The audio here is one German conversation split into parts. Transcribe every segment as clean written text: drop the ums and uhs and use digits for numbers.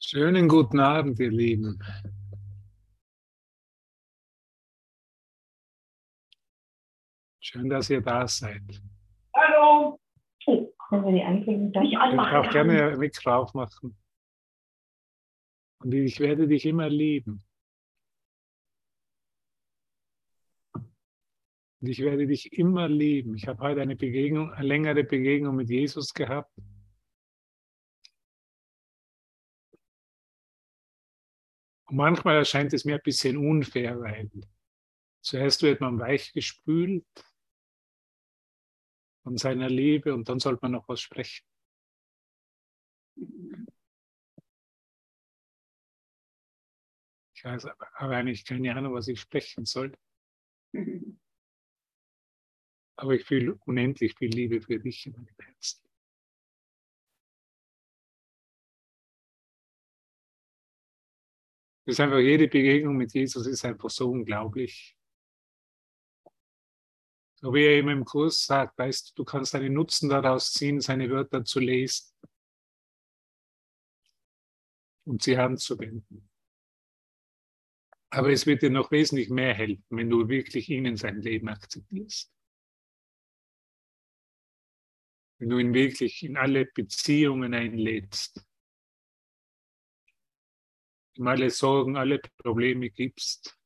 Schönen guten Abend, ihr Lieben. Schön, dass ihr da seid. Hallo. Oh, können wir die Ankündigung gleich Du anmachen? darfst gerne ihr Mikro aufmachen. Und ich werde dich immer lieben. Und ich werde dich immer lieben. Ich habe heute eine längere Begegnung mit Jesus gehabt. Und manchmal erscheint es mir ein bisschen unfair, weil zuerst wird man weichgespült von seiner Liebe und dann sollte man noch was sprechen. Ich weiß aber eigentlich keine Ahnung, was ich sprechen soll. Aber ich fühle unendlich viel Liebe für dich in meinem Herzen. Das ist einfach, jede Begegnung mit Jesus ist einfach so unglaublich. So wie er eben im Kurs sagt, weißt du, du kannst einen Nutzen daraus ziehen, seine Wörter zu lesen und sie anzuwenden. Aber es wird dir noch wesentlich mehr helfen, wenn du wirklich ihn in sein Leben akzeptierst. Wenn du ihn wirklich in alle Beziehungen einlädst, ihm alle Sorgen, alle Probleme gibst,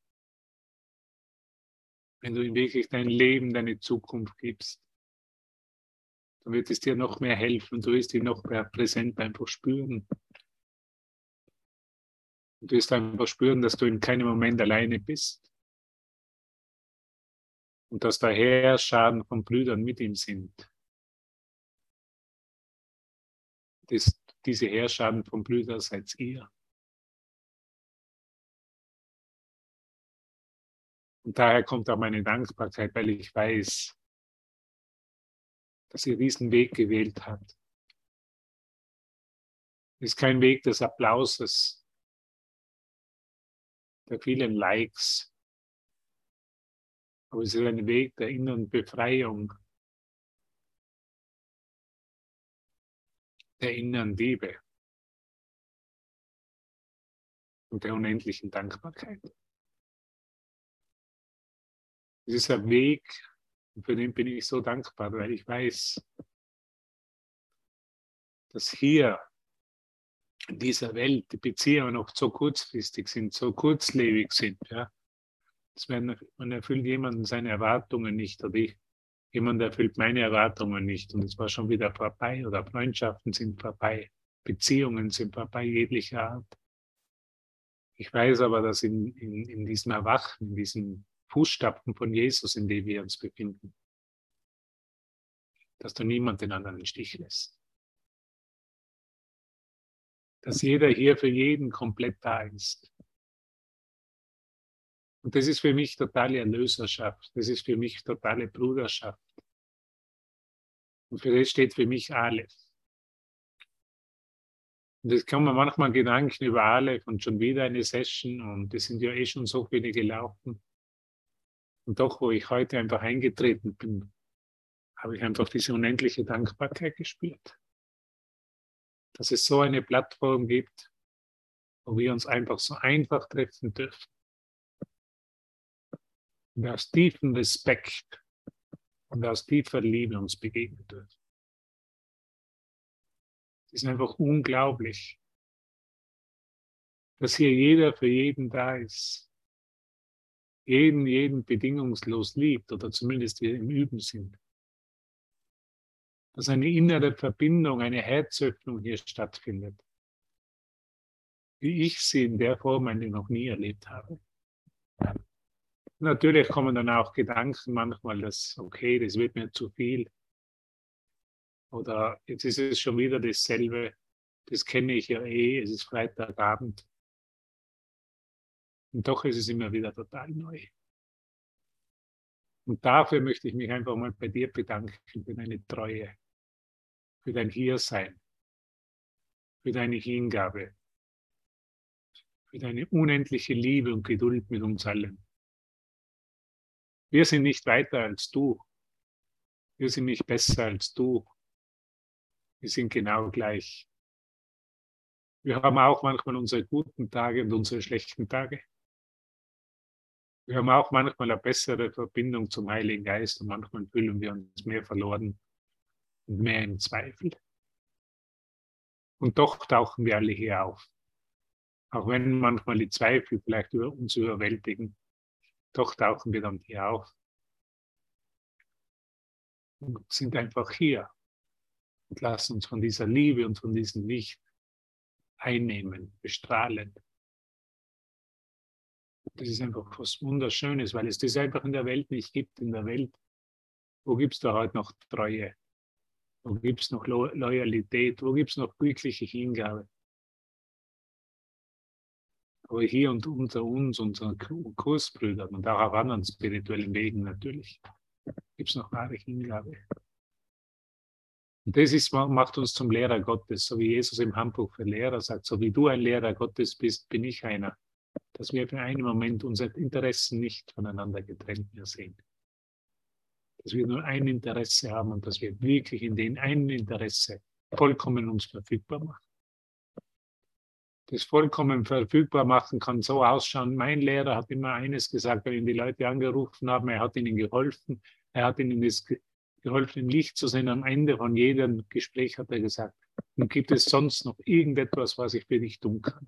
wenn du ihm wirklich dein Leben, deine Zukunft gibst, dann wird es dir noch mehr helfen. Du wirst ihn noch mehr präsent einfach spüren. Und du wirst einfach spüren, dass du in keinem Moment alleine bist. Und dass da Heerscharen von Brüdern mit ihm sind. Diese Heerscharen von Brüdern seid ihr. Und daher kommt auch meine Dankbarkeit, weil ich weiß, dass ihr diesen Weg gewählt habt. Es ist kein Weg des Applauses, der vielen Likes, aber es ist ein Weg der inneren Befreiung, der inneren Liebe und der unendlichen Dankbarkeit. Es ist ein Weg, für den bin ich so dankbar, weil ich weiß, dass hier in dieser Welt die Beziehungen noch so kurzfristig sind, so kurzlebig sind. Ja. Man erfüllt jemanden seine Erwartungen nicht oder jemand erfüllt meine Erwartungen nicht und es war schon wieder vorbei oder Freundschaften sind vorbei, Beziehungen sind vorbei jeglicher Art. Ich weiß aber, dass in diesem Erwachen, in diesen Fußstapfen von Jesus, in denen wir uns befinden, dass du niemand den anderen im Stich lässt. Dass jeder hier für jeden komplett da ist. Und das ist für mich totale Erlöserschaft. Das ist für mich totale Bruderschaft. Und für das steht für mich alles. Und es kommen manchmal Gedanken über Aleph und schon wieder eine Session und es sind ja eh schon so viele gelaufen. Und doch, wo ich heute einfach eingetreten bin, habe ich einfach diese unendliche Dankbarkeit gespürt. Dass es so eine Plattform gibt, wo wir uns einfach so einfach treffen dürfen. Und aus tiefem Respekt und aus tiefer Liebe uns begegnen dürfen. Es ist einfach unglaublich, dass hier jeder für jeden da ist. Jeden bedingungslos liebt oder zumindest wir im Üben sind. Dass eine innere Verbindung, eine Herzöffnung hier stattfindet, wie ich sie in der Form noch nie erlebt habe. Natürlich kommen dann auch Gedanken manchmal, dass, okay, das wird mir zu viel. Oder jetzt ist es schon wieder dasselbe. Das kenne ich ja eh, es ist Freitagabend. Und doch ist es immer wieder total neu. Und dafür möchte ich mich einfach mal bei dir bedanken für deine Treue, für dein Hiersein, für deine Hingabe, für deine unendliche Liebe und Geduld mit uns allen. Wir sind nicht weiter als du. Wir sind nicht besser als du. Wir sind genau gleich. Wir haben auch manchmal unsere guten Tage und unsere schlechten Tage. Wir haben auch manchmal eine bessere Verbindung zum Heiligen Geist und manchmal fühlen wir uns mehr verloren und mehr im Zweifel. Und doch tauchen wir alle hier auf. Auch wenn manchmal die Zweifel vielleicht uns überwältigen, doch tauchen wir dann hier auf und sind einfach hier und lassen uns von dieser Liebe und von diesem Licht einnehmen, bestrahlen. Das ist einfach was Wunderschönes, weil es das einfach in der Welt nicht gibt. In der Welt, wo gibt es da heute noch Treue? Wo gibt es noch Loyalität? Wo gibt es noch wirkliche Hingabe? Aber hier und unter uns, unseren Kursbrüdern und auch auf anderen spirituellen Wegen natürlich, gibt es noch wahre Hingabe. Und das ist, macht uns zum Lehrer Gottes, so wie Jesus im Handbuch für Lehrer sagt, so wie du ein Lehrer Gottes bist, bin ich einer. Dass wir für einen Moment unsere Interessen nicht voneinander getrennt mehr sehen. Dass wir nur ein Interesse haben und dass wir wirklich in den einen Interesse vollkommen uns verfügbar machen. Das vollkommen verfügbar machen kann so ausschauen. Mein Lehrer hat immer eines gesagt, wenn ihn die Leute angerufen haben, er hat ihnen geholfen, er hat ihnen das geholfen, im Licht zu sein. Am Ende von jedem Gespräch hat er gesagt, und gibt es sonst noch irgendetwas, was ich für dich tun kann?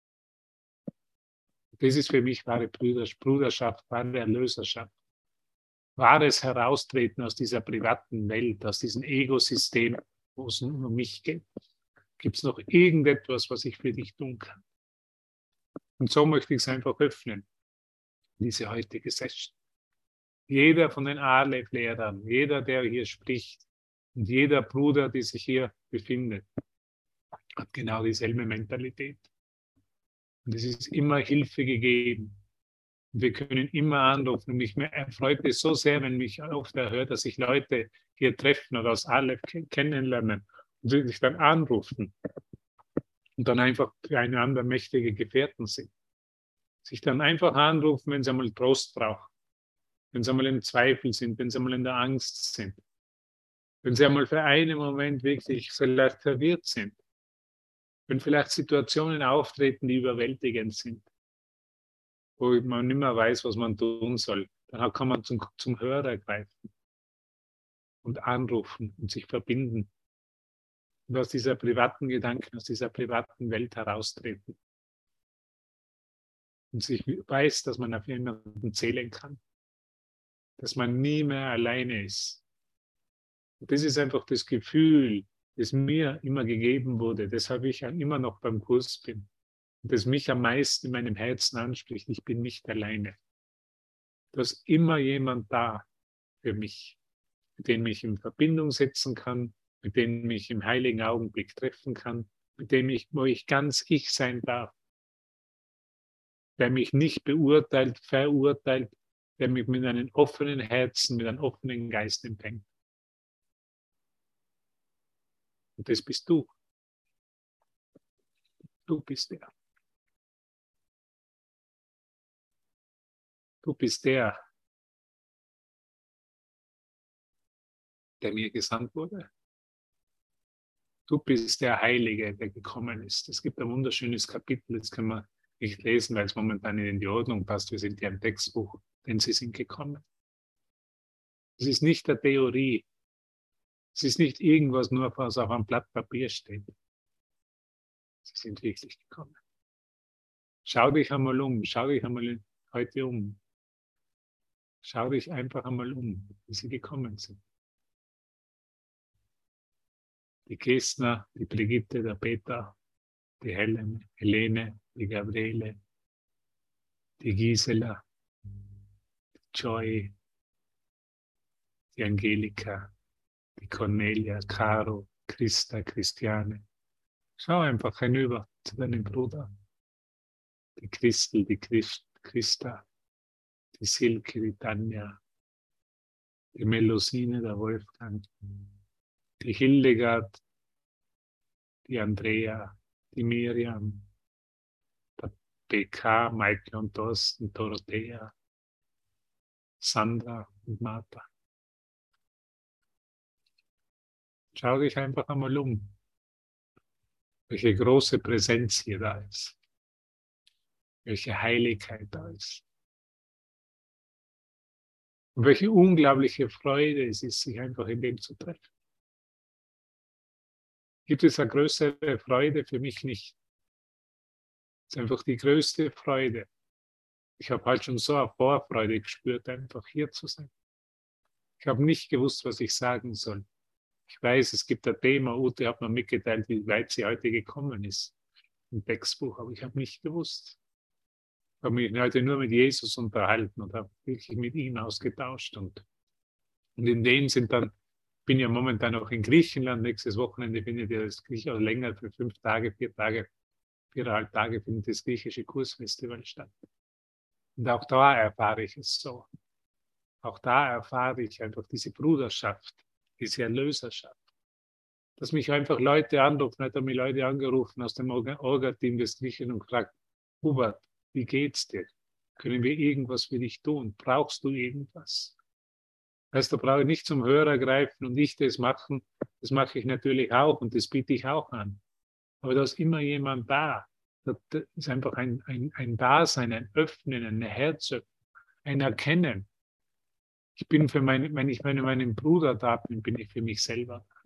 Das ist für mich wahre Bruderschaft, wahre Erlöserschaft. Wahres Heraustreten aus dieser privaten Welt, aus diesem Ego-System, wo es nur um mich geht. Gibt es noch irgendetwas, was ich für dich tun kann? Und so möchte ich es einfach öffnen, diese heutige Session. Jeder von den Aleph-Lehrern, jeder, der hier spricht und jeder Bruder, der sich hier befindet, hat genau dieselbe Mentalität. Und es ist immer Hilfe gegeben. Und wir können immer anrufen. Und mich erfreut es so sehr, wenn mich oft erhört, dass sich Leute hier treffen oder aus Aleph kennenlernen und sich dann anrufen und dann einfach füreinander mächtige Gefährten sind. Sich dann einfach anrufen, wenn sie einmal Trost brauchen, wenn sie einmal im Zweifel sind, wenn sie einmal in der Angst sind, wenn sie einmal für einen Moment wirklich vielleicht verwirrt sind, wenn vielleicht Situationen auftreten, die überwältigend sind, wo man nicht mehr weiß, was man tun soll, dann kann man zum Hörer greifen und anrufen und sich verbinden und aus dieser privaten Gedanken, aus dieser privaten Welt heraustreten und sich weiß, dass man auf jemanden zählen kann, dass man nie mehr alleine ist. Und das ist einfach das Gefühl, das mir immer gegeben wurde, weshalb ich immer noch beim Kurs bin und das mich am meisten in meinem Herzen anspricht. Ich bin nicht alleine. Da ist immer jemand da für mich, mit dem ich in Verbindung setzen kann, mit dem ich im heiligen Augenblick treffen kann, mit dem wo ich ganz ich sein darf, der mich nicht beurteilt, verurteilt, der mich mit einem offenen Herzen, mit einem offenen Geist empfängt. Und das bist du. Du bist der. Du bist der, der mir gesandt wurde. Du bist der Heilige, der gekommen ist. Es gibt ein wunderschönes Kapitel, das können wir nicht lesen, weil es momentan nicht in die Ordnung passt. Wir sind ja im Textbuch, denn sie sind gekommen. Es ist nicht der Theorie. Es ist nicht irgendwas nur, was auf einem Blatt Papier steht. Sie sind wirklich gekommen. Schau dich einmal um. Schau dich einmal heute um. Schau dich einfach einmal um, wie sie gekommen sind. Die Kestner, die Brigitte, der Peter, die Helene, die Gabriele, die Gisela, die Joy, die Angelika, die Cornelia, Caro, Christa, Christiane. Schau einfach hinüber zu deinem Bruder. Die Christel, die Christa, die Silke, die Tanja, die Melusine, der Wolfgang, die Hildegard, die Andrea, die Miriam, der PK, Michael und Thorsten, Dorothea, Sandra und Martha. Schau dich einfach einmal um. welche große Präsenz hier da ist, welche Heiligkeit da ist. Und welche unglaubliche Freude es ist, sich einfach in dem zu treffen. Gibt es eine größere Freude? Für mich nicht. Es ist einfach die größte Freude. Ich habe halt schon so eine Vorfreude gespürt, einfach hier zu sein. Ich habe nicht gewusst, was ich sagen soll. Ich weiß, es gibt ein Thema, Ute hat mir mitgeteilt, wie weit sie heute gekommen ist im Textbuch, aber ich habe nicht gewusst. Ich habe mich heute nur mit Jesus unterhalten und habe wirklich mit ihm ausgetauscht. Und in dem sind dann, ich bin ja momentan auch in Griechenland, nächstes Wochenende findet ja das Griechenland länger, für 5 Tage, 4 Tage, 4,5 Tage findet das griechische Kursfestival statt. Und auch da erfahre ich es so. Auch da erfahre ich einfach diese Bruderschaft, diese Erlöserschaft. Dass mich einfach Leute anrufen, hat er mich Leute angerufen aus dem Orga-Team des Griechen und gefragt, Hubert, wie geht's dir? Können wir irgendwas für dich tun? Brauchst du irgendwas? Weißt du, da brauche ich nicht zum Hörer greifen und ich das machen. Das mache ich natürlich auch und das biete ich auch an. Aber da ist immer jemand da. Das ist einfach ein Dasein, ein Öffnen, eine Herzöffnung, ein Erkennen. Ich bin für wenn ich meinen Bruder da bin, bin ich für mich selber da.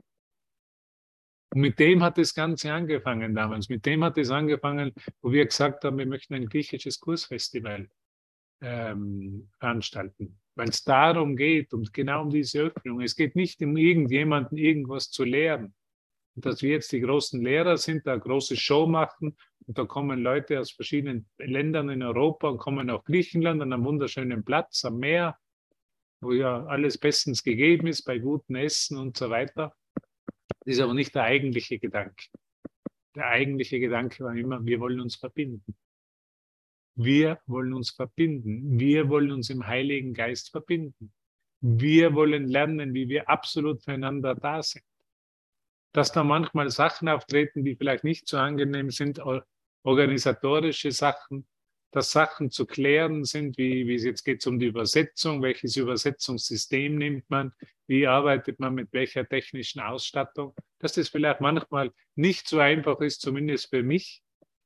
Und mit dem hat das Ganze angefangen damals. Mit dem hat es angefangen, wo wir gesagt haben, wir möchten ein griechisches Kursfestival veranstalten. Weil es darum geht, genau um diese Öffnung. Es geht nicht um irgendjemanden irgendwas zu lehren. Und dass wir jetzt die großen Lehrer sind, da eine große Show machen und da kommen Leute aus verschiedenen Ländern in Europa und kommen nach Griechenland an einem wunderschönen Platz am Meer, wo ja alles bestens gegeben ist, bei gutem Essen und so weiter. Das ist aber nicht der eigentliche Gedanke. Der eigentliche Gedanke war immer, wir wollen uns verbinden. Wir wollen uns verbinden. Wir wollen uns im Heiligen Geist verbinden. Wir wollen lernen, wie wir absolut füreinander da sind. Dass da manchmal Sachen auftreten, die vielleicht nicht so angenehm sind, organisatorische Sachen, dass Sachen zu klären sind, wie es jetzt geht um die Übersetzung, welches Übersetzungssystem nimmt man, wie arbeitet man mit welcher technischen Ausstattung, dass das vielleicht manchmal nicht so einfach ist, zumindest für mich,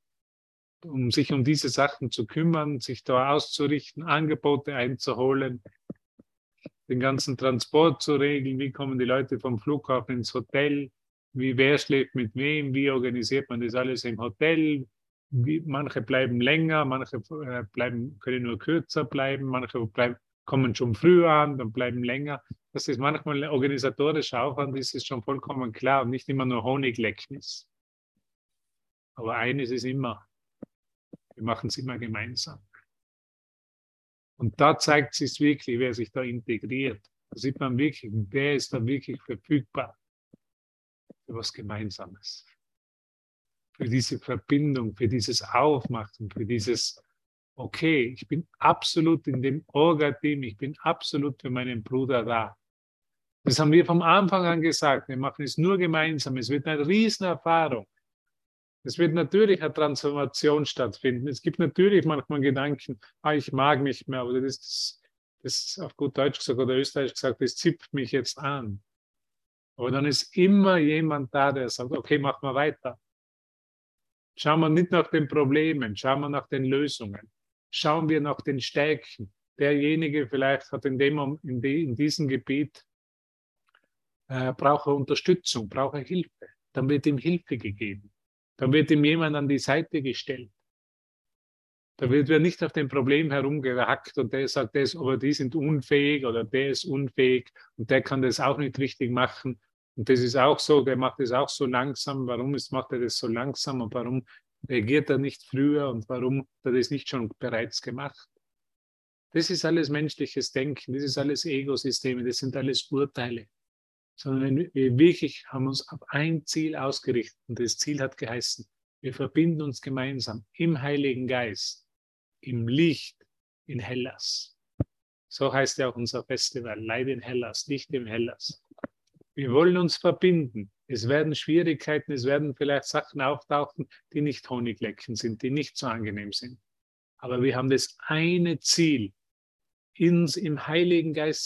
um sich um diese Sachen zu kümmern, sich da auszurichten, Angebote einzuholen, den ganzen Transport zu regeln, wie kommen die Leute vom Flughafen ins Hotel, wer schläft mit wem, wie organisiert man das alles im Hotel, manche bleiben länger, manche können nur kürzer bleiben, manche kommen schon früher an, dann bleiben länger. Das ist manchmal ein organisatorischer Aufwand, das ist schon vollkommen klar und nicht immer nur Honiglecken ist. Aber eines ist immer, wir machen es immer gemeinsam. Und da zeigt sich wirklich, wer sich da integriert. Da sieht man wirklich, wer ist da wirklich verfügbar für was Gemeinsames. Für diese Verbindung, für dieses Aufmachen, für dieses, okay, ich bin absolut in dem Orga-Team, ich bin absolut für meinen Bruder da. Das haben wir vom Anfang an gesagt, wir machen es nur gemeinsam, es wird eine Riesenerfahrung. Es wird natürlich eine Transformation stattfinden. Es gibt natürlich manchmal Gedanken, ich mag nicht mehr, oder das auf gut Deutsch gesagt oder Österreich gesagt, das zipft mich jetzt an. Aber dann ist immer jemand da, der sagt, okay, machen wir weiter. Schauen wir nicht nach den Problemen, schauen wir nach den Lösungen. Schauen wir nach den Stärken. Derjenige vielleicht hat in diesem Gebiet braucht er Unterstützung, braucht er Hilfe. Dann wird ihm Hilfe gegeben. Dann wird ihm jemand an die Seite gestellt. Da wird nicht auf dem Problem herumgehackt und der sagt, aber die sind unfähig oder der ist unfähig und der kann das auch nicht richtig machen. Und das ist auch so, der macht das auch so langsam. Warum macht er das so langsam und warum reagiert er nicht früher und warum hat er das nicht schon bereits gemacht? Das ist alles menschliches Denken, das ist alles Ego-Systeme, das sind alles Urteile. Sondern wir wirklich haben uns auf ein Ziel ausgerichtet und das Ziel hat geheißen, wir verbinden uns gemeinsam im Heiligen Geist, im Licht in Hellas. So heißt ja auch unser Festival, Light in Hellas, Licht im Hellas. Wir wollen uns verbinden. Es werden Schwierigkeiten, es werden vielleicht Sachen auftauchen, die nicht Honiglecken sind, die nicht so angenehm sind. Aber wir haben das eine Ziel, uns im Heiligen Geist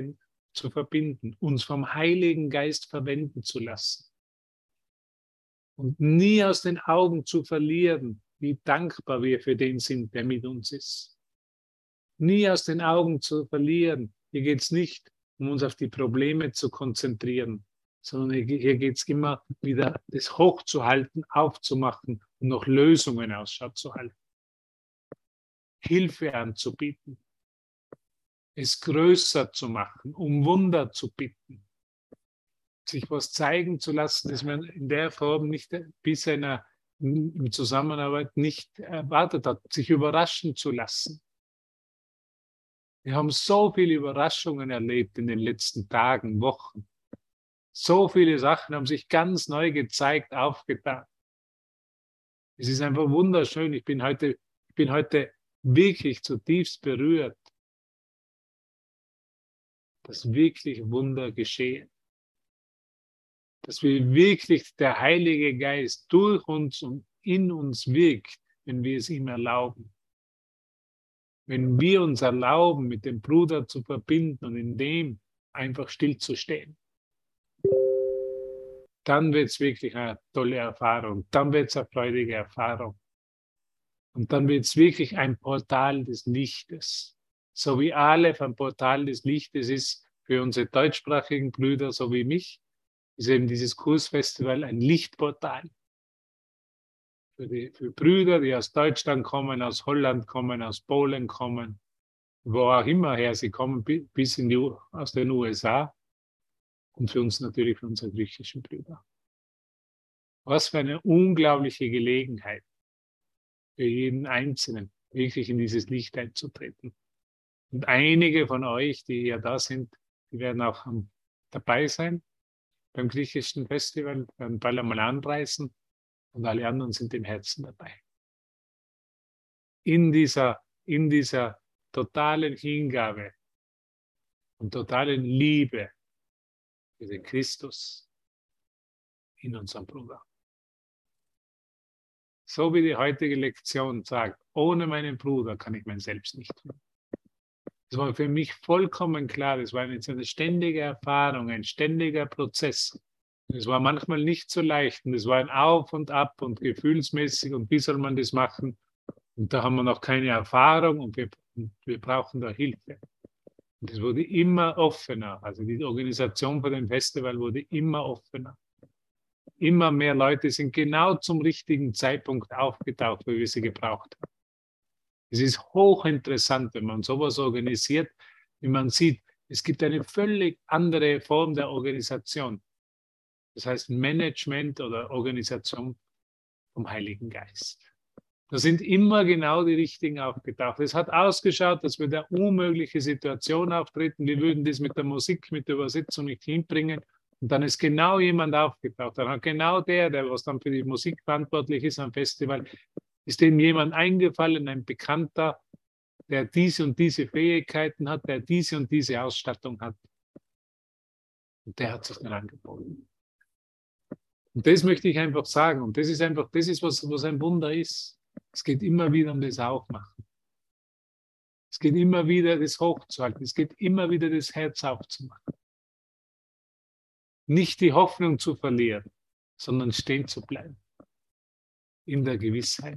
zu verbinden, uns vom Heiligen Geist verwenden zu lassen. Und nie aus den Augen zu verlieren, wie dankbar wir für den sind, der mit uns ist. Nie aus den Augen zu verlieren. Hier geht es nicht, um uns auf die Probleme zu konzentrieren, sondern hier geht es immer wieder, das hochzuhalten, aufzumachen und nach Lösungen Ausschau zu halten. Hilfe anzubieten, es größer zu machen, um Wunder zu bitten, sich was zeigen zu lassen, das man in der Form nicht bisher in Zusammenarbeit nicht erwartet hat, sich überraschen zu lassen. Wir haben so viele Überraschungen erlebt in den letzten Tagen, Wochen. So viele Sachen haben sich ganz neu gezeigt, aufgetan. Es ist einfach wunderschön. Ich bin heute wirklich zutiefst berührt, dass wirklich Wunder geschehen. Dass wir wirklich der Heilige Geist durch uns und in uns wirkt, wenn wir es ihm erlauben. Wenn wir uns erlauben, mit dem Bruder zu verbinden und in dem einfach stillzustehen, dann wird es wirklich eine tolle Erfahrung. Dann wird es eine freudige Erfahrung. Und dann wird es wirklich ein Portal des Lichtes. So wie Aleph ein Portal des Lichtes ist für unsere deutschsprachigen Brüder, so wie mich, ist eben dieses Kursfestival ein Lichtportal. Für Brüder, die aus Deutschland kommen, aus Holland kommen, aus Polen kommen, wo auch immer her sie kommen, bis aus den USA und für uns natürlich, für unsere griechischen Brüder. Was für eine unglaubliche Gelegenheit für jeden Einzelnen, wirklich in dieses Licht einzutreten. Und einige von euch, die ja da sind, die werden auch dabei sein beim griechischen Festival, werden bald einmal anreisen. Und alle anderen sind im Herzen dabei. In dieser totalen Hingabe und totalen Liebe für den Christus in unserem Bruder. So wie die heutige Lektion sagt, ohne meinen Bruder kann ich mein Selbst nicht tun. Das war für mich vollkommen klar. Das war eine ständige Erfahrung, ein ständiger Prozess. Es war manchmal nicht so leicht und es war ein Auf und Ab und gefühlsmäßig und wie soll man das machen? Und da haben wir noch keine Erfahrung und wir brauchen da Hilfe. Und es wurde immer offener. Also die Organisation von dem Festival wurde immer offener. Immer mehr Leute sind genau zum richtigen Zeitpunkt aufgetaucht, wie wir sie gebraucht haben. Es ist hochinteressant, wenn man sowas organisiert, wie man sieht, es gibt eine völlig andere Form der Organisation. Das heißt Management oder Organisation vom Heiligen Geist. Da sind immer genau die Richtigen aufgetaucht. Es hat ausgeschaut, dass wir eine unmögliche Situation auftreten. Wir würden das mit der Musik, mit der Übersetzung nicht hinbringen. Und dann ist genau jemand aufgetaucht. Dann hat genau der was dann für die Musik verantwortlich ist am Festival, ist dem jemand eingefallen, ein Bekannter, der diese und diese Fähigkeiten hat, der diese und diese Ausstattung hat. Und der hat sich dann angeboten. Und das möchte ich einfach sagen. Und das ist einfach, was ein Wunder ist. Es geht immer wieder um das Aufmachen. Es geht immer wieder, das hochzuhalten. Es geht immer wieder, das Herz aufzumachen. Nicht die Hoffnung zu verlieren, sondern stehen zu bleiben. In der Gewissheit,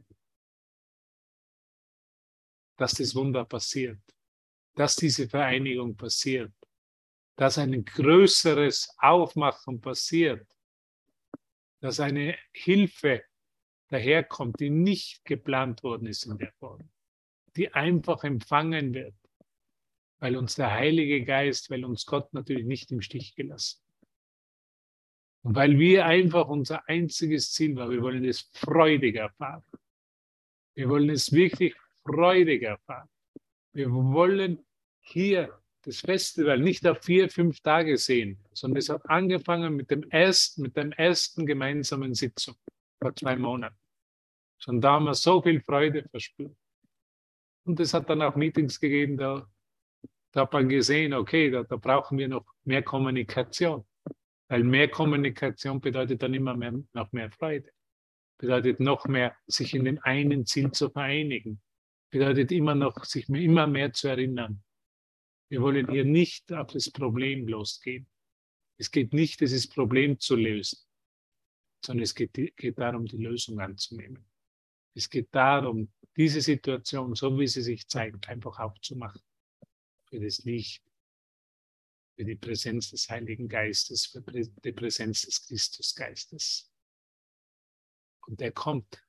dass das Wunder passiert. Dass diese Vereinigung passiert. Dass ein größeres Aufmachen passiert. Dass eine Hilfe daherkommt, die nicht geplant worden ist in der Form, die einfach empfangen wird, weil uns der Heilige Geist, weil uns Gott natürlich nicht im Stich gelassen hat. Und weil wir einfach unser einziges Ziel war, wir wollen es freudig erfahren. Wir wollen es wirklich freudig erfahren. Wir wollen hier das Festival nicht auf 4, 5 Tage sehen, sondern es hat angefangen mit der ersten gemeinsamen Sitzung vor 2 Monaten. Schon da haben wir so viel Freude verspürt. Und es hat dann auch Meetings gegeben, da hat man gesehen, okay, da brauchen wir noch mehr Kommunikation. Weil mehr Kommunikation bedeutet dann immer noch mehr Freude. Bedeutet noch mehr, sich in dem einen Ziel zu vereinigen. Bedeutet sich immer mehr zu erinnern. Wir wollen hier nicht auf das Problem losgehen. Es geht nicht, dieses Problem zu lösen, sondern es geht darum, die Lösung anzunehmen. Es geht darum, diese Situation, so wie sie sich zeigt, einfach aufzumachen für das Licht, für die Präsenz des Heiligen Geistes, für die Präsenz des Christusgeistes. Und der kommt.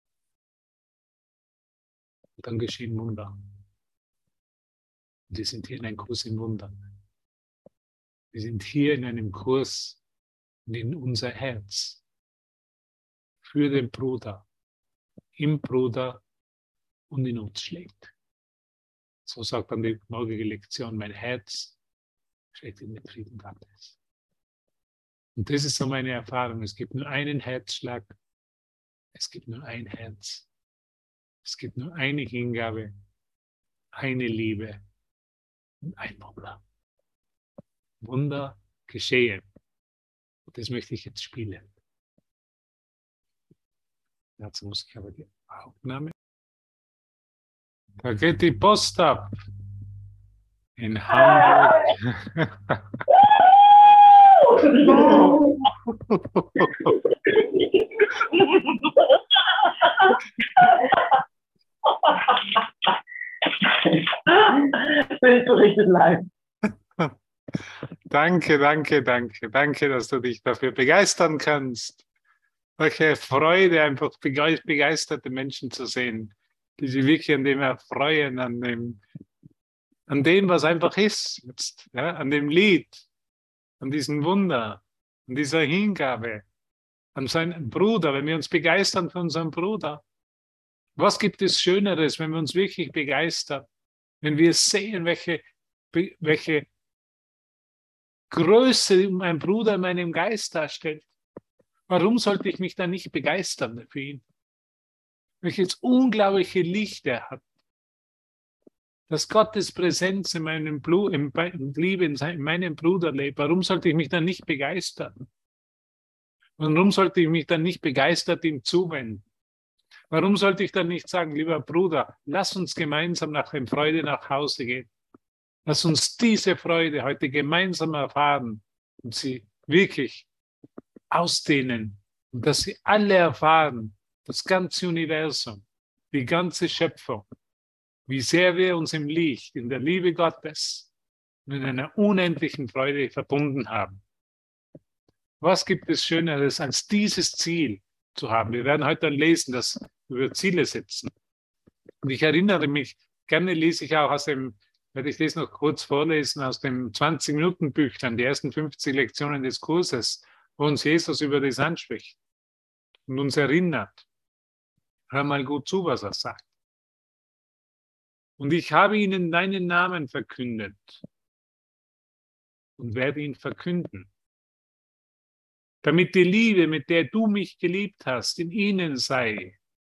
Und dann geschehen Wunder. Und wir sind hier in einem Kurs in Wundern. Wir sind hier in einem Kurs, in dem unser Herz für den Bruder, im Bruder und in uns schlägt. So sagt dann die morgige Lektion, mein Herz schlägt in den Frieden Gottes. Und das ist so meine Erfahrung. Es gibt nur einen Herzschlag, es gibt nur ein Herz, es gibt nur eine Hingabe, eine Liebe und ein Wunder. Wunder geschehen. Und das möchte ich jetzt spielen. Dazu muss ich aber die Aufnahme. Da geht die Post ab. In Hamburg. Bildberichtet live. Danke, dass du dich dafür begeistern kannst. Welche Freude, einfach begeisterte Menschen zu sehen, die sich wirklich an dem erfreuen, an dem, was einfach ist, jetzt, ja, an dem Lied, an diesem Wunder, an dieser Hingabe, an seinen Bruder, wenn wir uns begeistern für unseren Bruder. Was gibt es Schöneres, wenn wir uns wirklich begeistern, wenn wir sehen, welche Größe mein Bruder in meinem Geist darstellt? Warum sollte ich mich dann nicht begeistern für ihn? Welches unglaubliche Licht er hat. Dass Gottes Präsenz in meinem Blut, in Liebe in meinem Bruder lebt. Warum sollte ich mich dann nicht begeistern? Warum sollte ich mich dann nicht begeistert ihm zuwenden? Warum sollte ich dann nicht sagen, lieber Bruder, lass uns gemeinsam nach der Freude nach Hause gehen. Lass uns diese Freude heute gemeinsam erfahren und sie wirklich ausdehnen und dass sie alle erfahren, das ganze Universum, die ganze Schöpfung, wie sehr wir uns im Licht, in der Liebe Gottes und in einer unendlichen Freude verbunden haben. Was gibt es Schöneres, als dieses Ziel zu haben? Wir werden heute dann lesen, dass wir Ziele setzen. Und ich erinnere mich, gerne lese ich auch werde ich das noch kurz vorlesen, aus dem 20-Minuten-Büchlein, die ersten 50 Lektionen des Kurses, wo uns Jesus über das anspricht und uns erinnert. Hör mal gut zu, was er sagt. Und ich habe ihnen deinen Namen verkündet und werde ihn verkünden, damit die Liebe, mit der du mich geliebt hast, in ihnen sei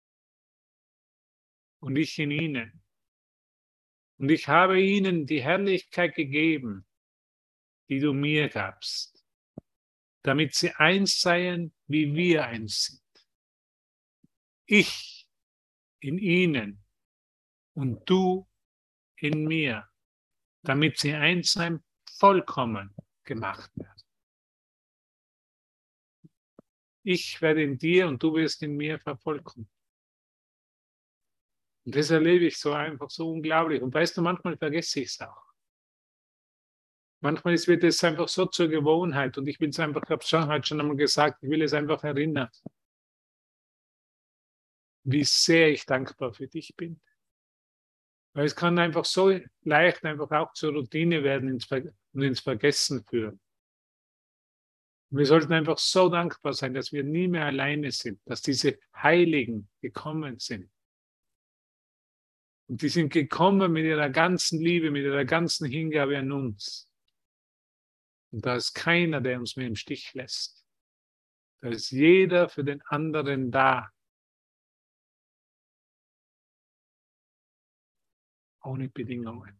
und ich in ihnen. Und ich habe ihnen die Herrlichkeit gegeben, die du mir gabst, damit sie eins seien, wie wir eins sind. Ich in ihnen und du in mir, damit sie eins sein, vollkommen gemacht werden. Ich werde in dir und du wirst in mir vervollkommen. Und das erlebe ich so einfach so unglaublich. Und weißt du, manchmal vergesse ich es auch. Manchmal wird es einfach so zur Gewohnheit und ich will es einfach, ich habe es heute schon einmal gesagt, ich will es einfach erinnern, wie sehr ich dankbar für dich bin. Weil es kann einfach so leicht einfach auch zur Routine werden und ins Vergessen führen. Und wir sollten einfach so dankbar sein, dass wir nie mehr alleine sind, dass diese Heiligen gekommen sind. Und die sind gekommen mit ihrer ganzen Liebe, mit ihrer ganzen Hingabe an uns. Und da ist keiner, der uns mehr im Stich lässt. Da ist jeder für den anderen da. Ohne Bedingungen.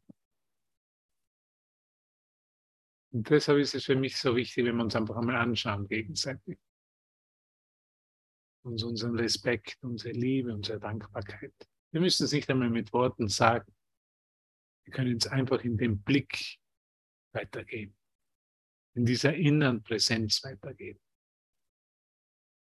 Und deshalb ist es für mich so wichtig, wenn wir uns einfach einmal anschauen gegenseitig. Und unseren Respekt, unsere Liebe, unsere Dankbarkeit. Wir müssen es nicht einmal mit Worten sagen. Wir können es einfach in dem Blick weitergeben. In dieser inneren Präsenz weitergeben.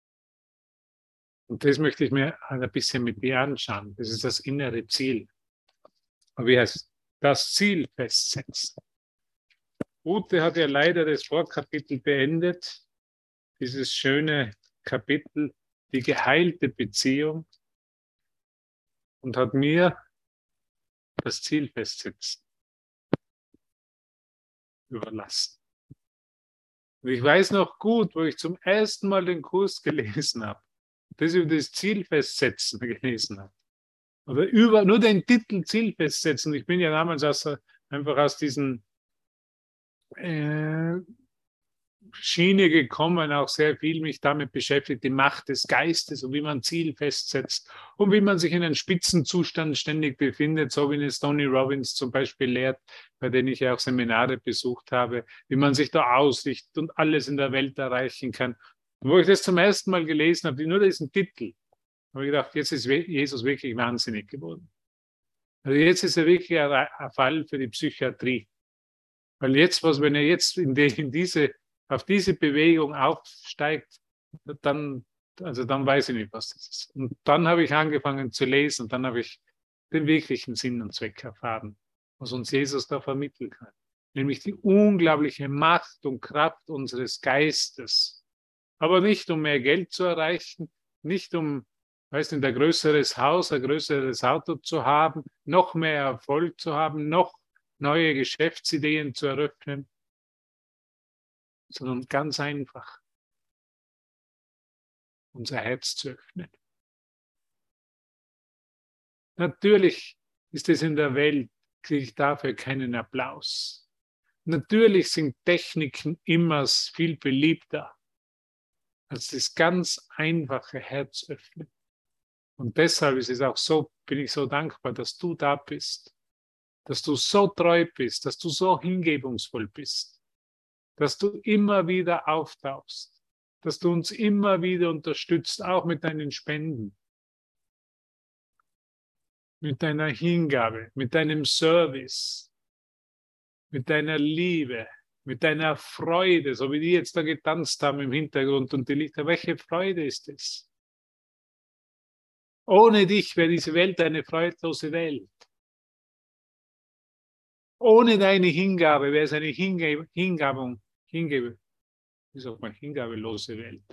Und das möchte ich mir ein bisschen mit dir anschauen. Das ist das innere Ziel. Aber wie heißt es? Das Ziel festsetzen. Ute hat ja leider das Vorkapitel beendet. Dieses schöne Kapitel, die geheilte Beziehung, und hat mir das Ziel festsetzen überlassen. Und ich weiß noch gut, wo ich zum ersten Mal den Kurs gelesen habe, das über das Ziel festsetzen gelesen habe. Oder nur den Titel Ziel festsetzen. Ich bin ja damals einfach aus diesen Schiene gekommen, auch sehr viel mich damit beschäftigt, die Macht des Geistes und wie man Ziel festsetzt und wie man sich in einem Spitzenzustand ständig befindet, so wie es Tony Robbins zum Beispiel lehrt, bei denen ich ja auch Seminare besucht habe, wie man sich da ausrichtet und alles in der Welt erreichen kann. Und wo ich das zum ersten Mal gelesen habe, nur diesen Titel, habe ich gedacht, jetzt ist Jesus wirklich wahnsinnig geworden. Also jetzt ist er wirklich ein Fall für die Psychiatrie. Weil jetzt, wenn er jetzt auf diese Bewegung aufsteigt, dann weiß ich nicht, was das ist. Und dann habe ich angefangen zu lesen und dann habe ich den wirklichen Sinn und Zweck erfahren, was uns Jesus da vermitteln kann. Nämlich die unglaubliche Macht und Kraft unseres Geistes. Aber nicht, um mehr Geld zu erreichen, nicht um, weißt du, ein größeres Haus, ein größeres Auto zu haben, noch mehr Erfolg zu haben, noch neue Geschäftsideen zu eröffnen, sondern ganz einfach unser Herz zu öffnen. Natürlich ist es in der Welt, kriege ich dafür keinen Applaus. Natürlich sind Techniken immer viel beliebter als das ganz einfache Herzöffnen. Und deshalb ist es auch so, bin ich so dankbar, dass du da bist, dass du so treu bist, dass du so hingebungsvoll bist, dass du immer wieder auftauchst, dass du uns immer wieder unterstützt, auch mit deinen Spenden, mit deiner Hingabe, mit deinem Service, mit deiner Liebe, mit deiner Freude, so wie die jetzt da getanzt haben im Hintergrund und die Lichter. Welche Freude ist es? Ohne dich wäre diese Welt eine freudlose Welt. Ohne deine Hingabe wäre es eine hingabelose Welt.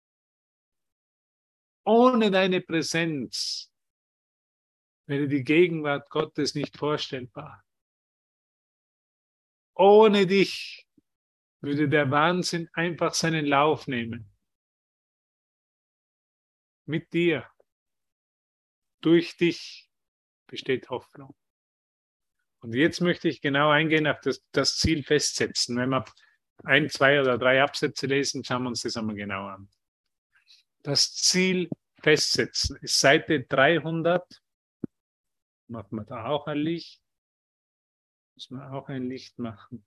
Ohne deine Präsenz wäre die Gegenwart Gottes nicht vorstellbar. Ohne dich würde der Wahnsinn einfach seinen Lauf nehmen. Mit dir, durch dich besteht Hoffnung. Und jetzt möchte ich genau eingehen auf das Ziel festsetzen. Wenn wir 1, 2 oder 3 Absätze lesen, schauen wir uns das einmal genau an. Das Ziel festsetzen ist Seite 300. Machen wir da auch ein Licht. Müssen wir auch ein Licht machen.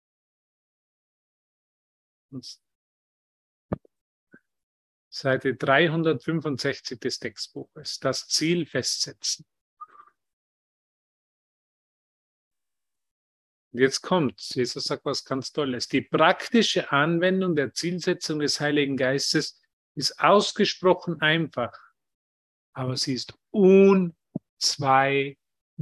Seite 365 des Textbuches. Das Ziel festsetzen. Und jetzt kommt's. Jesus sagt was ganz Tolles. Die praktische Anwendung der Zielsetzung des Heiligen Geistes ist ausgesprochen einfach, aber sie ist unzweideutig.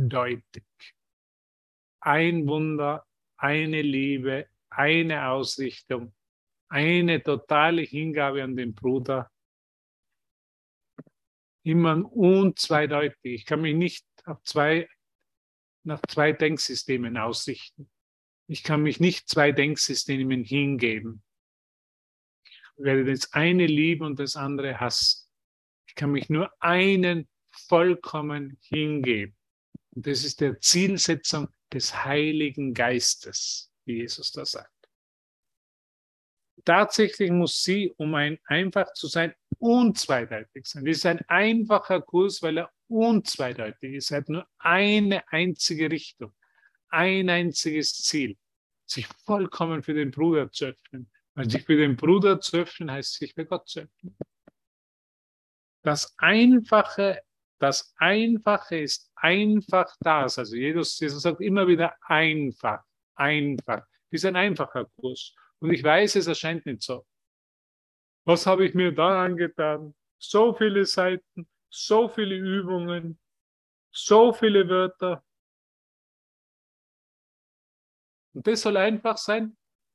Ein Wunder, eine Liebe, eine Ausrichtung, eine totale Hingabe an den Bruder. Immer unzweideutig. Ich kann mich nicht nach zwei Denksystemen ausrichten. Ich kann mich nicht 2 Denksystemen hingeben. Ich werde das eine lieben und das andere hassen. Ich kann mich nur einen vollkommen hingeben. Und das ist der Zielsetzung des Heiligen Geistes, wie Jesus da sagt. Tatsächlich muss sie, um einfach zu sein, unzweideutig sein. Das ist ein einfacher Kurs, weil er unzweideutig ist. Er hat nur eine einzige Richtung, ein einziges Ziel, sich vollkommen für den Bruder zu öffnen. Weil sich für den Bruder zu öffnen, heißt sich für Gott zu öffnen. Das Einfache ist einfach das. Also Jesus sagt immer wieder einfach. Das ist ein einfacher Kurs. Und ich weiß, es erscheint nicht so. Was habe ich mir da angetan? so viele Seiten, so viele Übungen, so viele Wörter. Und das soll einfach sein.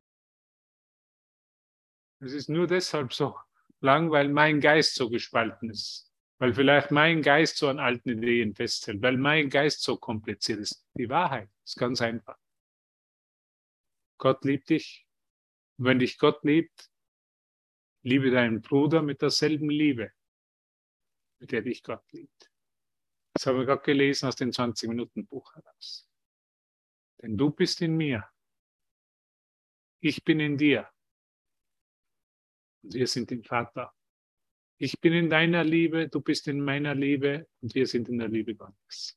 Es ist nur deshalb so lang, weil mein Geist so gespalten ist. Weil vielleicht mein Geist so an alten Ideen festhält. Weil mein Geist so kompliziert ist. Die Wahrheit ist ganz einfach. Gott liebt dich. Und wenn dich Gott liebt, liebe deinen Bruder mit derselben Liebe, mit der dich Gott liebt. Das habe ich gerade gelesen aus dem 20-Minuten-Buch heraus. Denn du bist in mir. Ich bin in dir. Und wir sind im Vater. Ich bin in deiner Liebe, du bist in meiner Liebe und wir sind in der Liebe Gottes.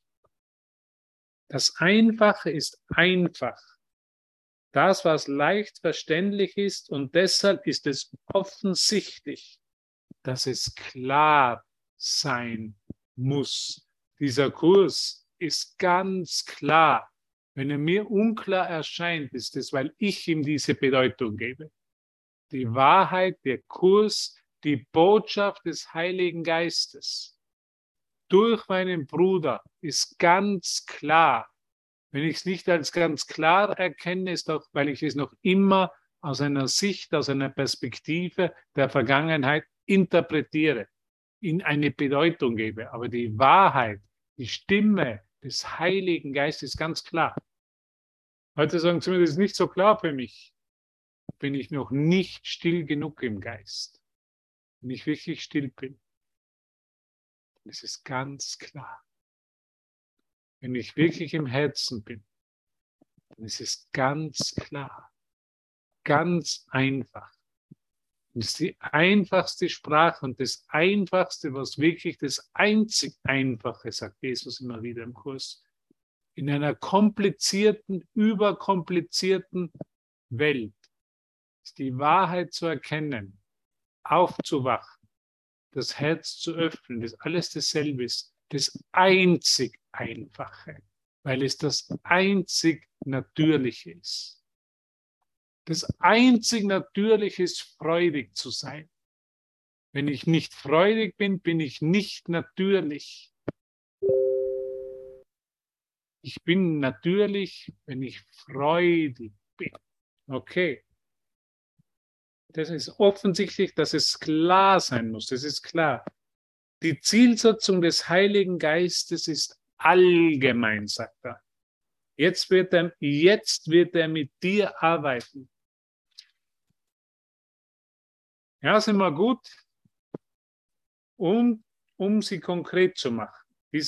Das Einfache ist einfach. Das, was leicht verständlich ist, und deshalb ist es offensichtlich, dass es klar sein muss. Dieser Kurs ist ganz klar. Wenn er mir unklar erscheint, ist es, weil ich ihm diese Bedeutung gebe. Die Wahrheit, der Kurs, die Botschaft des Heiligen Geistes durch meinen Bruder ist ganz klar. Wenn ich es nicht als ganz klar erkenne, ist auch, weil ich es noch immer aus einer Sicht, aus einer Perspektive der Vergangenheit interpretiere, in eine Bedeutung gebe. Aber die Wahrheit, die Stimme des Heiligen Geistes ist ganz klar. Heute sagen sie mir, das ist nicht so klar für mich. Bin ich noch nicht still genug im Geist. Wenn ich wirklich still bin, dann ist es ganz klar. Wenn ich wirklich im Herzen bin, dann ist es ganz klar, ganz einfach. Und es ist die einfachste Sprache und das Einfachste, was wirklich das einzig Einfache, sagt Jesus immer wieder im Kurs, in einer komplizierten, überkomplizierten Welt ist die Wahrheit zu erkennen, aufzuwachen, das Herz zu öffnen, das alles dasselbe ist, das einzig Einfache, weil es das einzig Natürliche ist. Das einzig Natürliche ist, freudig zu sein. Wenn ich nicht freudig bin, bin ich nicht natürlich. Ich bin natürlich, wenn ich freudig bin. Okay. Das ist offensichtlich, dass es klar sein muss. Das ist klar. Die Zielsetzung des Heiligen Geistes ist allgemein, sagt er. Jetzt wird er mit dir arbeiten. Ja, ist immer gut, um sie konkret zu machen.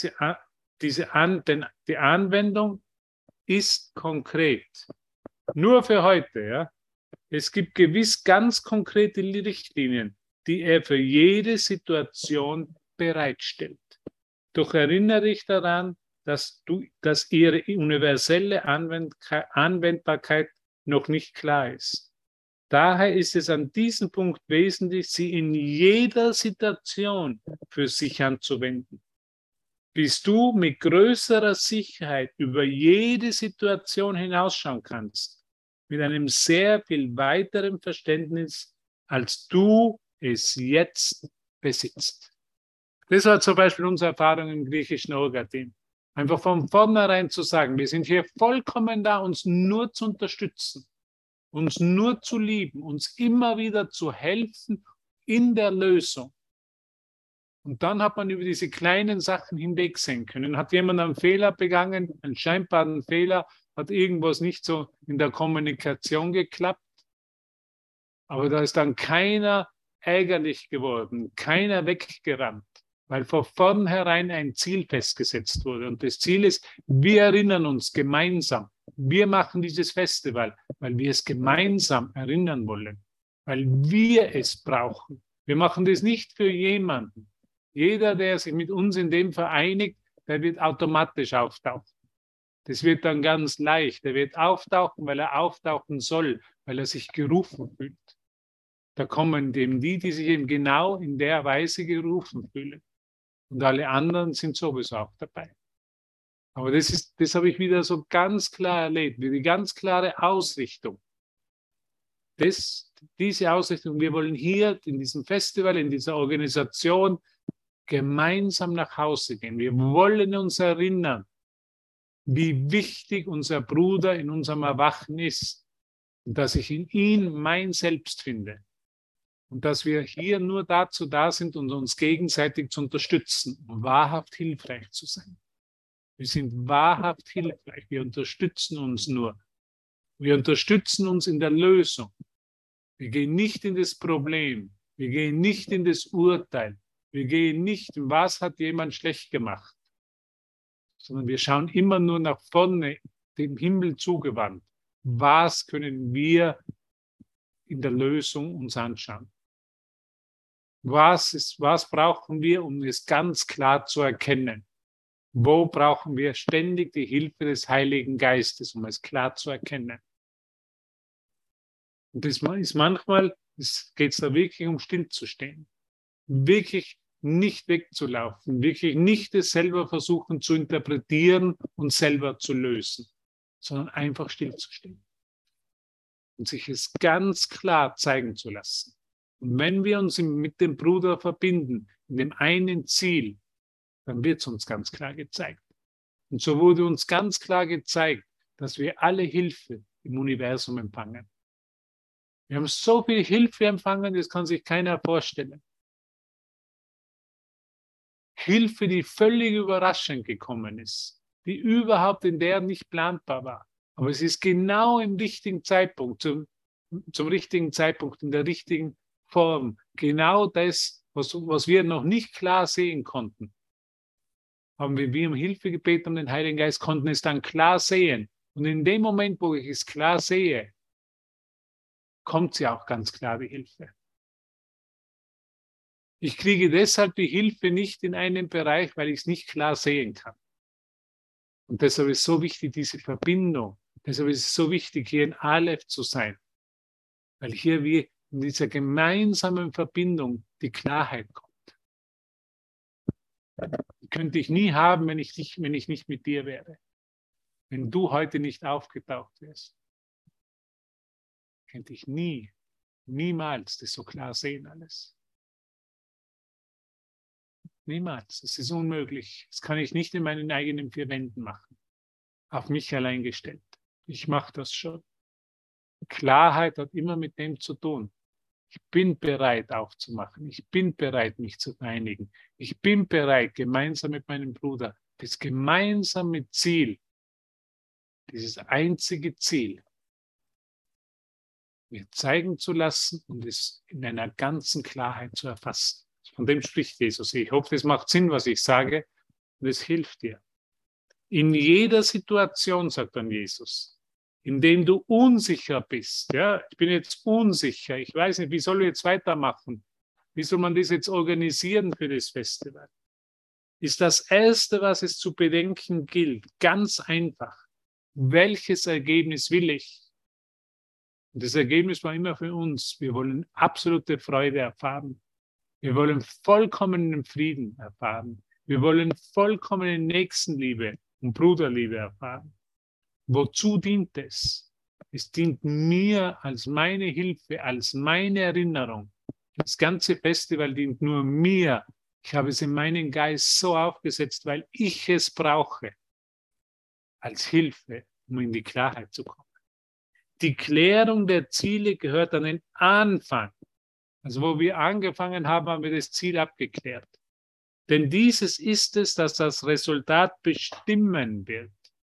Die Anwendung ist konkret. Nur für heute, ja. Es gibt gewiss ganz konkrete Richtlinien, die er für jede Situation bereitstellt. Doch erinnere dich daran, dass ihre universelle Anwendbarkeit noch nicht klar ist. Daher ist es an diesem Punkt wesentlich, sie in jeder Situation für sich anzuwenden. Bis du mit größerer Sicherheit über jede Situation hinausschauen kannst, mit einem sehr viel weiteren Verständnis, als du es jetzt besitzt. Das war zum Beispiel unsere Erfahrung im griechischen Orga-Team. Einfach von vornherein zu sagen, wir sind hier vollkommen da, uns nur zu unterstützen, uns nur zu lieben, uns immer wieder zu helfen in der Lösung. Und dann hat man über diese kleinen Sachen hinwegsehen können. Hat jemand einen Fehler begangen, einen scheinbaren Fehler, hat irgendwas nicht so in der Kommunikation geklappt. Aber da ist dann keiner ärgerlich geworden, keiner weggerannt, weil von vornherein ein Ziel festgesetzt wurde. Und das Ziel ist, wir erinnern uns gemeinsam. Wir machen dieses Festival, weil wir es gemeinsam erinnern wollen, weil wir es brauchen. Wir machen das nicht für jemanden. Jeder, der sich mit uns in dem vereinigt, der wird automatisch auftauchen. Das wird dann ganz leicht. Er wird auftauchen, weil er auftauchen soll, weil er sich gerufen fühlt. Da kommen eben die sich eben genau in der Weise gerufen fühlen. Und alle anderen sind sowieso auch dabei. Aber das habe ich wieder so ganz klar erlebt, wie die ganz klare Ausrichtung. diese Ausrichtung, wir wollen hier in diesem Festival, in dieser Organisation gemeinsam nach Hause gehen. Wir wollen uns erinnern, wie wichtig unser Bruder in unserem Erwachen ist und dass ich in ihm mein Selbst finde und dass wir hier nur dazu da sind, um uns gegenseitig zu unterstützen, um wahrhaft hilfreich zu sein. Wir sind wahrhaft hilfreich, wir unterstützen uns nur. Wir unterstützen uns in der Lösung. Wir gehen nicht in das Problem, wir gehen nicht in das Urteil, wir gehen nicht, was hat jemand schlecht gemacht, sondern wir schauen immer nur nach vorne, dem Himmel zugewandt. Was können wir in der Lösung uns anschauen? Was brauchen wir, um es ganz klar zu erkennen? Wo brauchen wir ständig die Hilfe des Heiligen Geistes, um es klar zu erkennen? Und das ist manchmal, geht es da wirklich um stillzustehen. Wirklich nicht wegzulaufen, wirklich nicht es selber versuchen zu interpretieren und selber zu lösen, sondern einfach stillzustehen und sich es ganz klar zeigen zu lassen. Und wenn wir uns mit dem Bruder verbinden, in dem einen Ziel, dann wird es uns ganz klar gezeigt. Und so wurde uns ganz klar gezeigt, dass wir alle Hilfe im Universum empfangen. Wir haben so viel Hilfe empfangen, das kann sich keiner vorstellen. Hilfe, die völlig überraschend gekommen ist, die überhaupt in der nicht planbar war. Aber es ist genau im richtigen Zeitpunkt, zum richtigen Zeitpunkt, in der richtigen Form. Genau das, was wir noch nicht klar sehen konnten. Haben wir um Hilfe gebeten, um den Heiligen Geist, konnten es dann klar sehen. Und in dem Moment, wo ich es klar sehe, kommt sie auch ganz klar, die Hilfe. Ich kriege deshalb die Hilfe nicht in einem Bereich, weil ich es nicht klar sehen kann. Und deshalb ist es so wichtig, diese Verbindung. Deshalb ist es so wichtig, hier in Aleph zu sein. Weil hier wir in dieser gemeinsamen Verbindung die Klarheit kommt. Die könnte ich nie haben, wenn ich nicht mit dir wäre. Wenn du heute nicht aufgetaucht wärst, könnte ich niemals das so klar sehen alles. Niemals. Es ist unmöglich. Das kann ich nicht in meinen eigenen vier Wänden machen. Auf mich allein gestellt. Ich mache das schon. Klarheit hat immer mit dem zu tun. Ich bin bereit aufzumachen. Ich bin bereit, mich zu vereinigen. Ich bin bereit, gemeinsam mit meinem Bruder, das gemeinsame Ziel, dieses einzige Ziel, mir zeigen zu lassen und es in einer ganzen Klarheit zu erfassen. Von dem spricht Jesus. Ich hoffe, es macht Sinn, was ich sage, und es hilft dir. In jeder Situation, sagt dann Jesus, in dem du unsicher bist, ja, ich bin jetzt unsicher, ich weiß nicht, wie soll ich jetzt weitermachen? Wie soll man das jetzt organisieren für das Festival? Ist das Erste, was es zu bedenken gilt, ganz einfach. Welches Ergebnis will ich? Und das Ergebnis war immer für uns. Wir wollen absolute Freude erfahren. Wir wollen vollkommenen Frieden erfahren. Wir wollen vollkommene Nächstenliebe und Bruderliebe erfahren. Wozu dient es? Es dient mir als meine Hilfe, als meine Erinnerung. Das ganze Festival dient nur mir. Ich habe es in meinen Geist so aufgesetzt, weil ich es brauche, als Hilfe, um in die Klarheit zu kommen. Die Klärung der Ziele gehört an den Anfang. Also wo wir angefangen haben, haben wir das Ziel abgeklärt. Denn dieses ist es, das das Resultat bestimmen wird.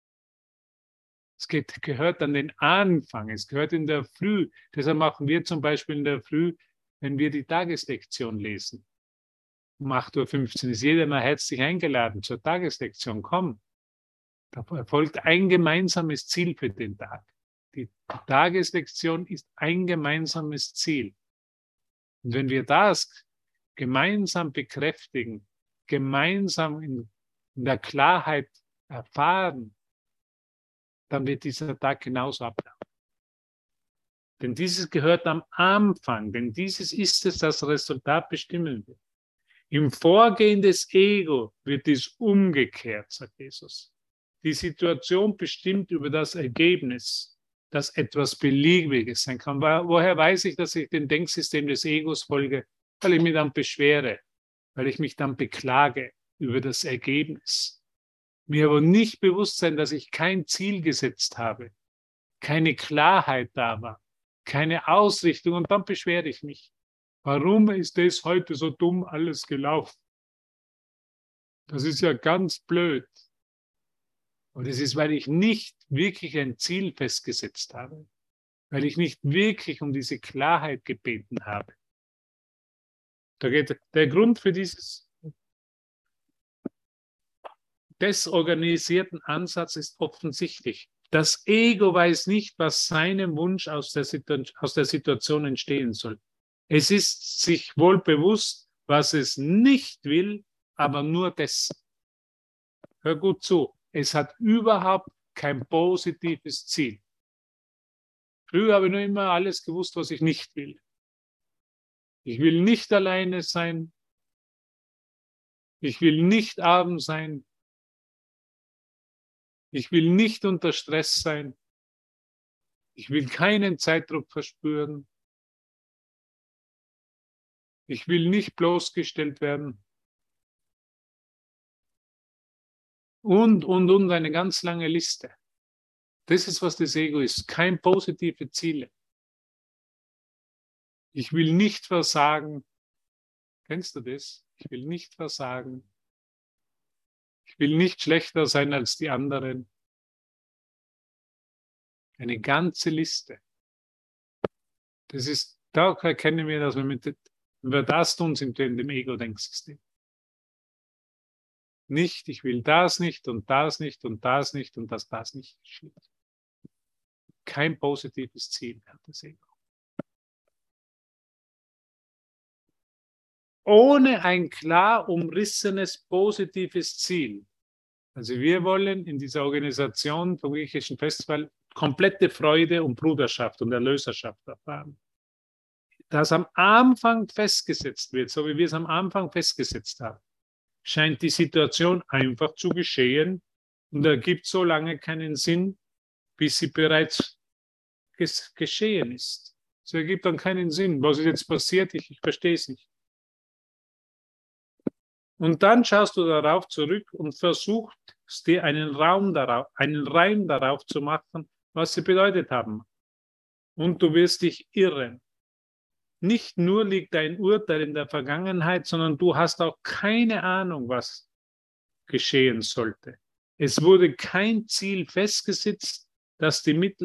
Es gehört an den Anfang, es gehört in der Früh. Deshalb machen wir zum Beispiel in der Früh, wenn wir die Tageslektion lesen. Um 8:15 Uhr ist jeder mal herzlich eingeladen zur Tageslektion. Komm, da erfolgt ein gemeinsames Ziel für den Tag. Die Tageslektion ist ein gemeinsames Ziel. Und wenn wir das gemeinsam bekräftigen, gemeinsam in der Klarheit erfahren, dann wird dieser Tag genauso ablaufen. Denn dieses gehört am Anfang, denn dieses ist es, das Resultat bestimmen wird. Im Vorgehen des Ego wird dies umgekehrt, sagt Jesus. Die Situation bestimmt über das Ergebnis. dass etwas Beliebiges sein kann. Woher weiß ich, dass ich dem Denksystem des Egos folge? Weil ich mich dann beschwere, weil ich mich dann beklage über das Ergebnis. Mir aber nicht bewusst sein, dass ich kein Ziel gesetzt habe, keine Klarheit da war, keine Ausrichtung, und dann beschwere ich mich. Warum ist das heute so dumm alles gelaufen? Das ist ja ganz blöd. Und es ist, weil ich nicht wirklich ein Ziel festgesetzt habe, weil ich nicht wirklich um diese Klarheit gebeten habe. Der Grund für dieses desorganisierten Ansatz ist offensichtlich. Das Ego weiß nicht, was seinem Wunsch aus der Situation entstehen soll. Es ist sich wohl bewusst, was es nicht will, aber nur das. Hör gut zu, es hat überhaupt kein positives Ziel. Früher habe ich nur immer alles gewusst, was ich nicht will. Ich will nicht alleine sein. Ich will nicht arm sein. Ich will nicht unter Stress sein. Ich will keinen Zeitdruck verspüren. Ich will nicht bloßgestellt werden. Und eine ganz lange Liste. Das ist, was das Ego ist. Keine positive Ziele. Ich will nicht versagen. Kennst du das? Ich will nicht versagen. Ich will nicht schlechter sein als die anderen. Eine ganze Liste. Das ist, da erkennen wir, dass wenn wir das tun, sind wir in dem Ego-Denksystem. Nicht, ich will das nicht und das nicht und das nicht und das nicht geschieht. Kein positives Ziel hat das Ego. Ohne ein klar umrissenes positives Ziel. Also wir wollen in dieser Organisation vom griechischen Festival komplette Freude und Bruderschaft und Erlöserschaft erfahren. Das am Anfang festgesetzt wird, so wie wir es am Anfang festgesetzt haben, scheint die Situation einfach zu geschehen und ergibt so lange keinen Sinn, bis sie bereits geschehen ist. Es ergibt dann keinen Sinn. Was ist jetzt passiert? Ich verstehe es nicht. Und dann schaust du darauf zurück und versuchst dir einen Reim darauf zu machen, was sie bedeutet haben. Und du wirst dich irren. Nicht nur liegt dein Urteil in der Vergangenheit, sondern du hast auch keine Ahnung, was geschehen sollte. Es wurde kein Ziel festgesetzt, dass die Mittel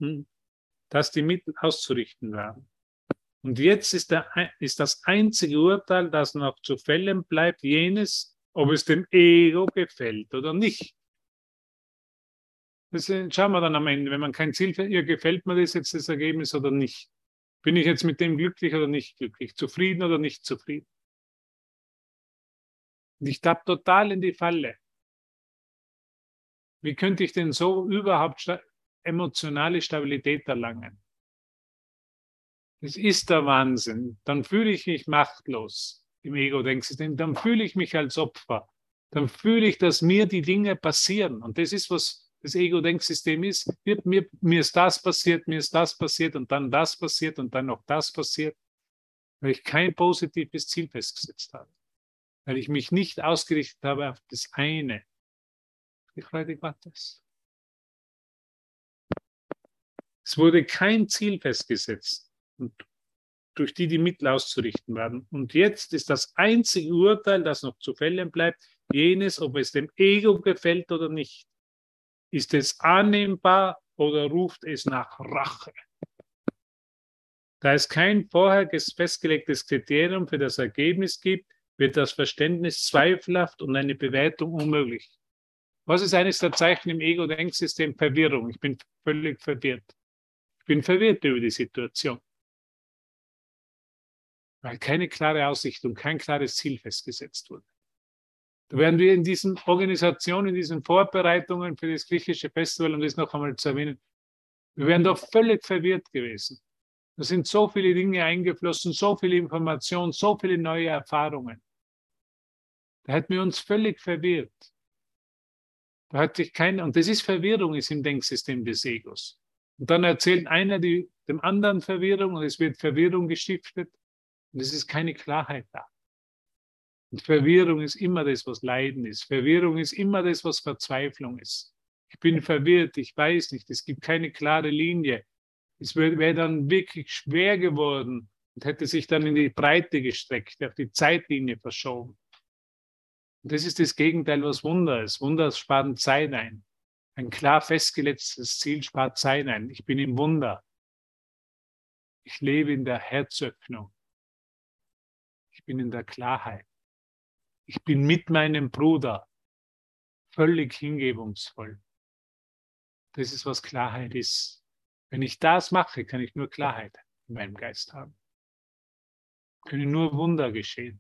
auszurichten waren. Und jetzt ist das einzige Urteil, das noch zu fällen bleibt, jenes, ob es dem Ego gefällt oder nicht. Das schauen wir dann am Ende. Wenn man kein Ziel ihr gefällt mir das jetzt das Ergebnis oder nicht? Bin ich jetzt mit dem glücklich oder nicht glücklich? Zufrieden oder nicht zufrieden? Und ich tappe total in die Falle. Wie könnte ich denn so überhaupt emotionale Stabilität erlangen? Das ist der Wahnsinn. Dann fühle ich mich machtlos im Ego-Denksystem. Dann fühle ich mich als Opfer. Dann fühle ich, dass mir die Dinge passieren. Und das ist, was das Ego-Denksystem ist. Mir ist das passiert, mir ist das passiert und dann das passiert und dann noch das passiert, weil ich kein positives Ziel festgesetzt habe. Weil ich mich nicht ausgerichtet habe auf das eine. Die Freude Gottes. Es wurde kein Ziel festgesetzt, und durch die Mittel auszurichten werden. Und jetzt ist das einzige Urteil, das noch zu fällen bleibt, jenes, ob es dem Ego gefällt oder nicht. Ist es annehmbar oder ruft es nach Rache? Da es kein vorher festgelegtes Kriterium für das Ergebnis gibt, wird das Verständnis zweifelhaft und eine Bewertung unmöglich. Was ist eines der Zeichen im Ego-Denksystem? Verwirrung. Ich bin völlig verwirrt. Ich bin verwirrt über die Situation. Weil keine klare Ausrichtung, kein klares Ziel festgesetzt wurde. Da werden wir in diesen Organisationen, in diesen Vorbereitungen für das griechische Festival, um das noch einmal zu erwähnen, wir wären doch völlig verwirrt gewesen. Da sind so viele Dinge eingeflossen, so viele Informationen, so viele neue Erfahrungen. Da hätten wir uns völlig verwirrt. Da hatte ich keine, und das ist Verwirrung, ist im Denksystem des Egos. Und dann erzählt einer dem anderen Verwirrung und es wird Verwirrung gestiftet und es ist keine Klarheit da. Und Verwirrung ist immer das, was Leiden ist. Verwirrung ist immer das, was Verzweiflung ist. Ich bin verwirrt, ich weiß nicht, es gibt keine klare Linie. Es wäre dann wirklich schwer geworden und hätte sich dann in die Breite gestreckt, auf die Zeitlinie verschoben. Und das ist das Gegenteil, was Wunder ist. Wunder sparen Zeit ein. Ein klar festgelegtes Ziel spart Zeit ein. Ich bin im Wunder. Ich lebe in der Herzöffnung. Ich bin in der Klarheit. Ich bin mit meinem Bruder völlig hingebungsvoll. Das ist, was Klarheit ist. Wenn ich das mache, kann ich nur Klarheit in meinem Geist haben. Können nur Wunder geschehen.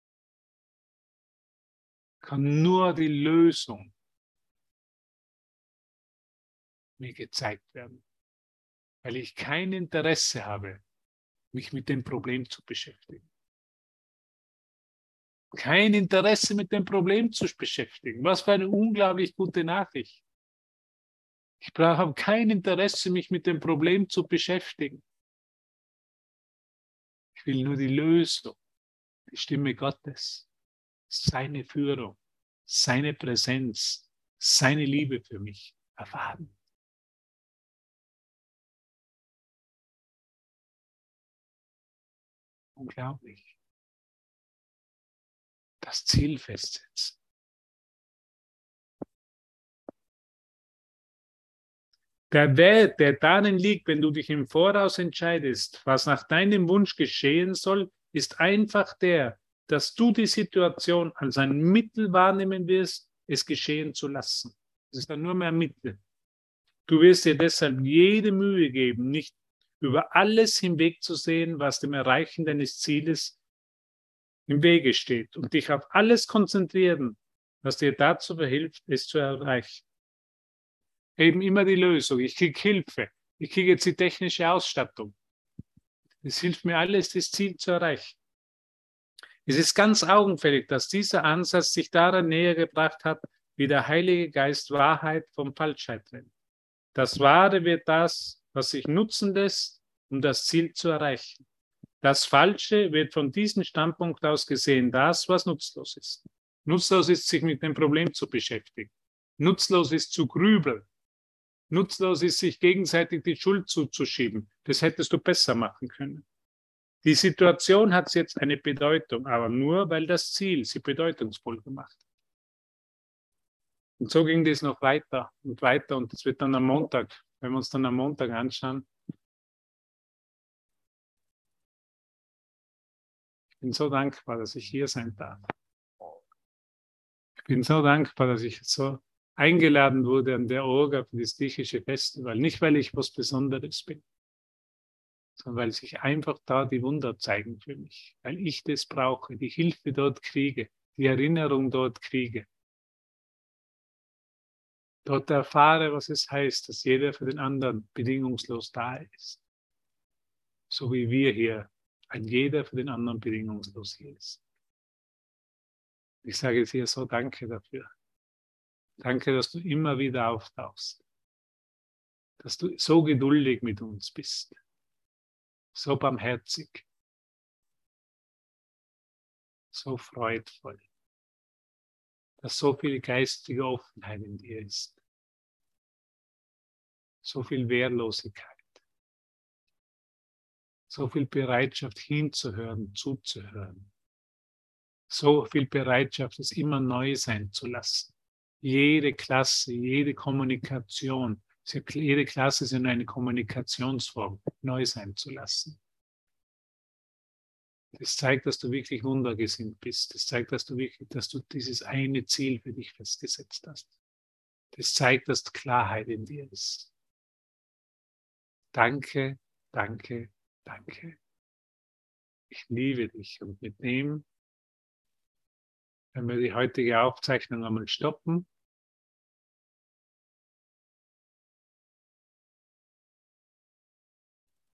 Kann nur die Lösung mir gezeigt werden. Weil ich kein Interesse habe, mich mit dem Problem zu beschäftigen. Kein Interesse mit dem Problem zu beschäftigen. Was für eine unglaublich gute Nachricht. Ich habe kein Interesse, mich mit dem Problem zu beschäftigen. Ich will nur die Lösung, die Stimme Gottes, seine Führung, seine Präsenz, seine Liebe für mich erfahren. Unglaublich. Das Ziel festsetzen. Der Wert, der darin liegt, wenn du dich im Voraus entscheidest, was nach deinem Wunsch geschehen soll, ist einfach der, dass du die Situation als ein Mittel wahrnehmen wirst, es geschehen zu lassen. Es ist dann nur mehr ein Mittel. Du wirst dir deshalb jede Mühe geben, nicht über alles hinwegzusehen, was dem Erreichen deines Zieles im Wege steht und dich auf alles konzentrieren, was dir dazu verhilft, es zu erreichen. Eben immer die Lösung. Ich kriege Hilfe. Ich kriege jetzt die technische Ausstattung. Es hilft mir alles, das Ziel zu erreichen. Es ist ganz augenfällig, dass dieser Ansatz sich daran näher gebracht hat, wie der Heilige Geist Wahrheit vom Falschheit trennt. Das Wahre wird das, was sich nutzen lässt, um das Ziel zu erreichen. Das Falsche wird von diesem Standpunkt aus gesehen, das, was nutzlos ist. Nutzlos ist, sich mit dem Problem zu beschäftigen. Nutzlos ist zu grübeln. Nutzlos ist, sich gegenseitig die Schuld zuzuschieben. Das hättest du besser machen können. Die Situation hat jetzt eine Bedeutung, aber nur, weil das Ziel sie bedeutungsvoll gemacht hat. Und so ging das noch weiter und weiter und das wird dann am Montag, wenn wir uns dann am Montag anschauen. Ich bin so dankbar, dass ich hier sein darf. Ich bin so dankbar, dass ich so eingeladen wurde an der Orga für das griechische Festival. Nicht, weil ich was Besonderes bin, sondern weil sich einfach da die Wunder zeigen für mich. Weil ich das brauche, die Hilfe dort kriege, die Erinnerung dort kriege. Dort erfahre, was es heißt, dass jeder für den anderen bedingungslos da ist. So wie wir hier, ein jeder für den anderen bedingungslos hier ist. Ich sage dir so danke dafür. Danke, dass du immer wieder auftauchst. Dass du so geduldig mit uns bist. So barmherzig. So freudvoll. Dass so viel geistige Offenheit in dir ist. So viel Wehrlosigkeit. So viel Bereitschaft hinzuhören, zuzuhören. So viel Bereitschaft, es immer neu sein zu lassen. Jede Klasse, jede Kommunikation, jede Klasse ist in eine Kommunikationsform, neu sein zu lassen. Das zeigt, dass du wirklich wundergesinnt bist. Das zeigt, dass du dieses eine Ziel für dich festgesetzt hast. Das zeigt, dass Klarheit in dir ist. Danke, danke, danke. Ich liebe dich. Und mit dem, wenn wir die heutige Aufzeichnung einmal stoppen,